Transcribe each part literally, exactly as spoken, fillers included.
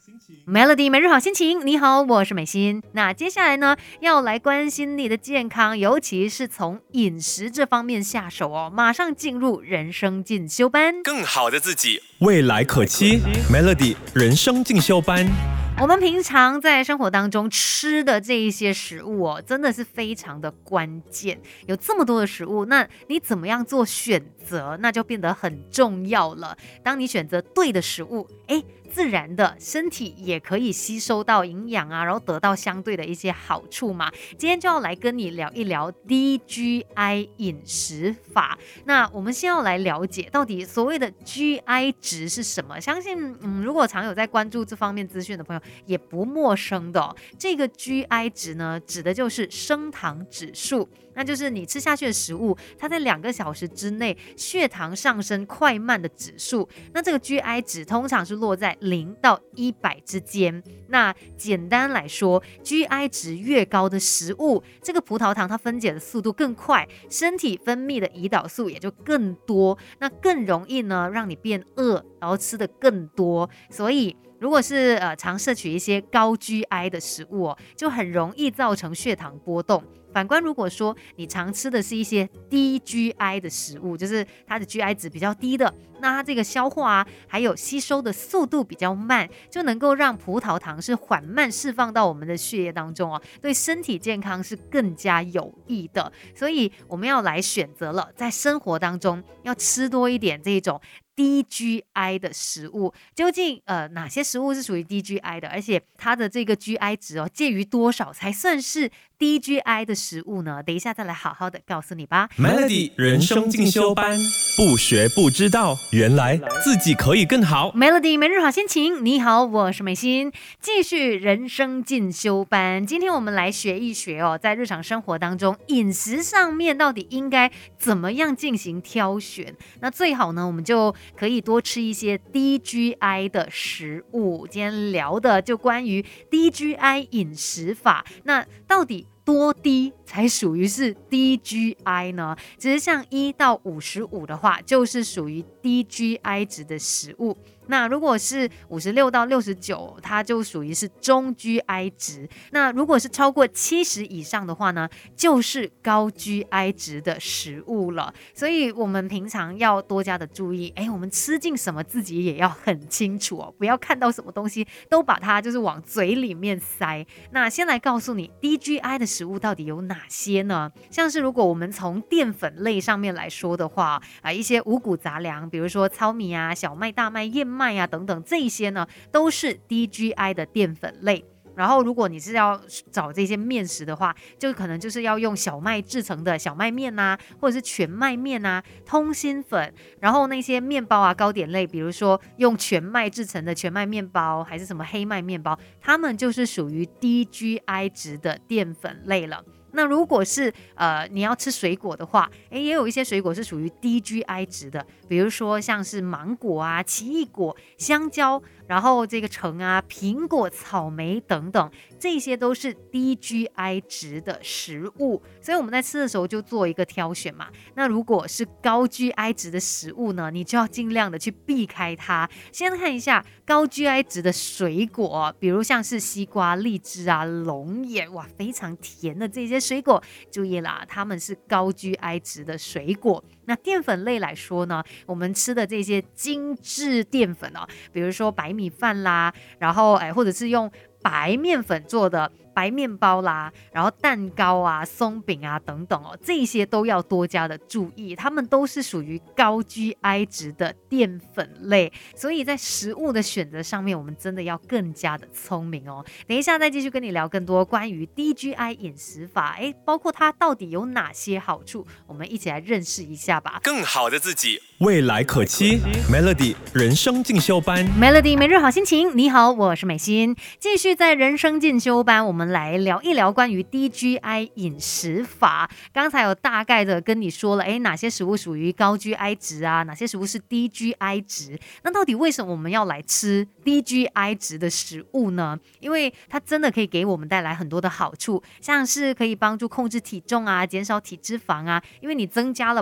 Melody 每日好心情，你好，我是美心。那接下来呢，要来关心你的健康，尤其是从饮食这方面下手哦。马上进入人生进修班， 更好的自己，未来可期。Melody 人生进修班。 我们平常在生活当中吃的这一些食物哦，真的是非常的关键。有这么多的食物，那你怎么样做选择，那就变得很重要了。当你选择对的食物，诶，自然的身体也可以吸收到营养啊，然后得到相对的一些好处嘛。今天就要来跟你聊一聊 D G I 饮食法。那我们先要来了解到底所谓的 G I 值是什么。相信嗯，如果常有在关注这方面资讯的朋友，也不陌生的哦。这个 G I 值呢，指的就是升糖指数，那就是你吃下去的食物，它在两个小时之内血糖上升快慢的指数。那这个 G I 值通常是落在零到一百之间。那简单来说 ，G I 值越高的食物，这个葡萄糖它分解的速度更快，身体分泌的胰岛素也就更多，那更容易呢让你变饿，然后吃的更多。所以如果是呃常摄取一些高 G I 的食物哦，就很容易造成血糖波动。反观如果说你常吃的是一些低 G I 的食物，就是它的 G I 值比较低的，那它这个消化啊，还有吸收的速度比较慢，就能够让葡萄糖是缓慢释放到我们的血液当中哦，对身体健康是更加有益的。所以我们要来选择了，在生活当中要吃多一点这种低 G I 的食物。究竟呃哪些食物是属于低 G I 的，而且它的这个 G I 值哦介于多少才算是低 G I 的食物呢？等一下再来好好的告诉你吧。 Melody 人生进修班，不学不知道，原来自己可以更好。 Melody 每日好心情，你好，我是美心，继续人生进修班。今天我们来学一学哦，在日常生活当中饮食上面到底应该怎么样进行挑选。那最好呢，我们就可以多吃一些低 G I 的食物。今天聊的就关于低 G I 饮食法，那到底多低才属于是低 G I 呢？其实像一到五十五的话，就是属于低 G I 值的食物。那如果是五十六到六十九，它就属于是中 G I 值。那如果是超过七十以上的话呢，就是高 G I 值的食物了。所以我们平常要多加的注意，哎，我们吃进什么自己也要很清楚哦，不要看到什么东西都把它就是往嘴里面塞。那先来告诉你低 G I 的食物到底有哪些呢？像是如果我们从淀粉类上面来说的话啊，一些五谷杂粮，比如说糙米啊、小麦、大麦、燕麦啊等等，这一些呢都是低 G I 的淀粉类。然后如果你是要找这些面食的话，就可能就是要用小麦制成的小麦面啊，或者是全麦面啊、通心粉。然后那些面包啊、糕点类，比如说用全麦制成的全麦面包，还是什么黑麦面包，它们就是属于低 G I 值的淀粉类了。那如果是呃你要吃水果的话，诶，也有一些水果是属于低 G I 值的，比如说像是芒果啊、奇异果、香蕉，然后这个橙啊、苹果、草莓等等，这些都是低 G I 值的食物。所以我们在吃的时候就做一个挑选嘛。那如果是高 G I 值的食物呢，你就要尽量的去避开它。先看一下高 G I 值的水果，比如像是西瓜、荔枝啊、龙眼，哇，非常甜的这些水果，注意啦，它们是高 G I 值的水果。那淀粉类来说呢，我们吃的这些精致淀粉哦，比如说白米饭啦，然后哎，或者是用白面粉做的白面包啦，然后蛋糕啊、松饼啊等等哦，这些都要多加的注意，它们都是属于高 G I 值的淀粉类，所以在食物的选择上面，我们真的要更加的聪明哦。等一下再继续跟你聊更多关于低 G I 饮食法，哎，包括它到底有哪些好处，我们一起来认识一下吧。 更好的自己，未来可期。Melody 人生进修班 Melody 每日好心情，你好，我是美心，继续在人生进修班，我们来聊一聊关于低 G I 饮食法。刚才有大概的跟你说了，哎，哪些食物属于高 G I 值啊，哪些食物是低 G I 值。那到底为什么我们要来吃低 G I 值的食物呢？因为它真的可以给我们带来很多的好处，像是可以帮助控制体重啊，减少体脂肪啊，因为你增加了饱足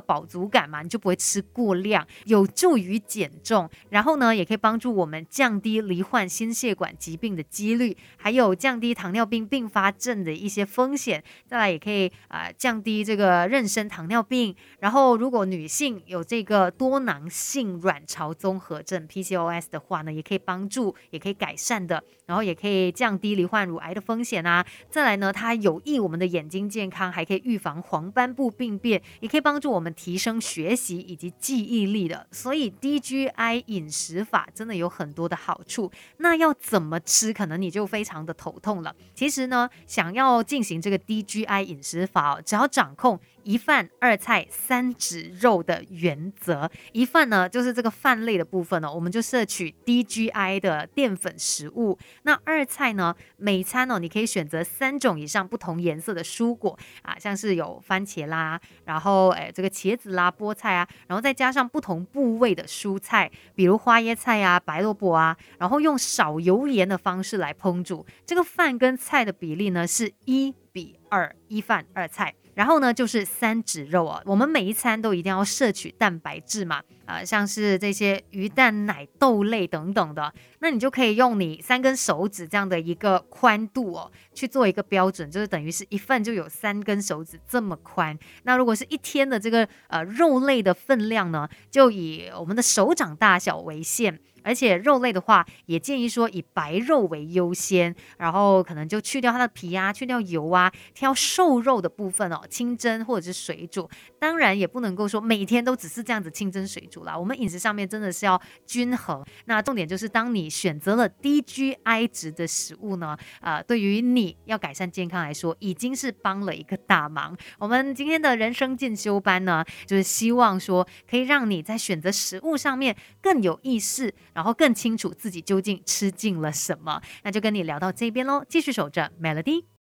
足感嘛，你就不会吃过量，有助于减重，然后呢，也可以帮助我们降低罹患心血管疾病的几率，还有降低糖尿病并发症的一些风险。再来也可以、呃、降低这个妊娠糖尿病，然后如果女性有这个多囊性卵巢综合症 P C O S 的话呢，也可以帮助，也可以改善的，然后也可以降低罹患乳癌的风险啊。再来呢，它有益我们的眼睛健康，还可以预防黄斑部病变，也可以帮助我们提升学习以及记忆力的。所以 D G I 饮食法真的有很多的好处。那要怎么吃，可能你就非常的头痛了。其实呢，想要进行这个 D G I 饮食法、哦、只要掌控一饭二菜三脂肉的原则。一饭呢，就是这个饭类的部分呢、哦，我们就摄取 D G I 的淀粉食物。那二菜呢，每餐呢、哦，你可以选择三种以上不同颜色的蔬果啊，像是有番茄啦，然后哎这个茄子啦、菠菜啊，然后再加上不同部位的蔬菜，比如花椰菜啊、白萝卜啊，然后用少油盐的方式来烹煮。这个饭跟菜的比例呢是一比二，一饭二菜。然后呢，就是三脂肉哦，我们每一餐都一定要摄取蛋白质嘛，呃，像是这些鱼蛋奶豆类等等的，那你就可以用你三根手指这样的一个宽度哦，去做一个标准，就是等于是一份就有三根手指这么宽。那如果是一天的这个呃肉类的分量呢，就以我们的手掌大小为限。而且肉类的话，也建议说以白肉为优先，然后可能就去掉它的皮啊，去掉油啊，挑瘦肉的部分哦，清蒸或者是水煮。当然也不能够说每天都只是这样子清蒸水煮啦，我们饮食上面真的是要均衡。那重点就是当你选择了低 G I 值的食物呢，呃，对于你要改善健康来说，已经是帮了一个大忙。我们今天的人生进修班呢，就是希望说可以让你在选择食物上面更有意识，然后更清楚自己究竟吃进了什么。那就跟你聊到这边咯，继续守着 Melody。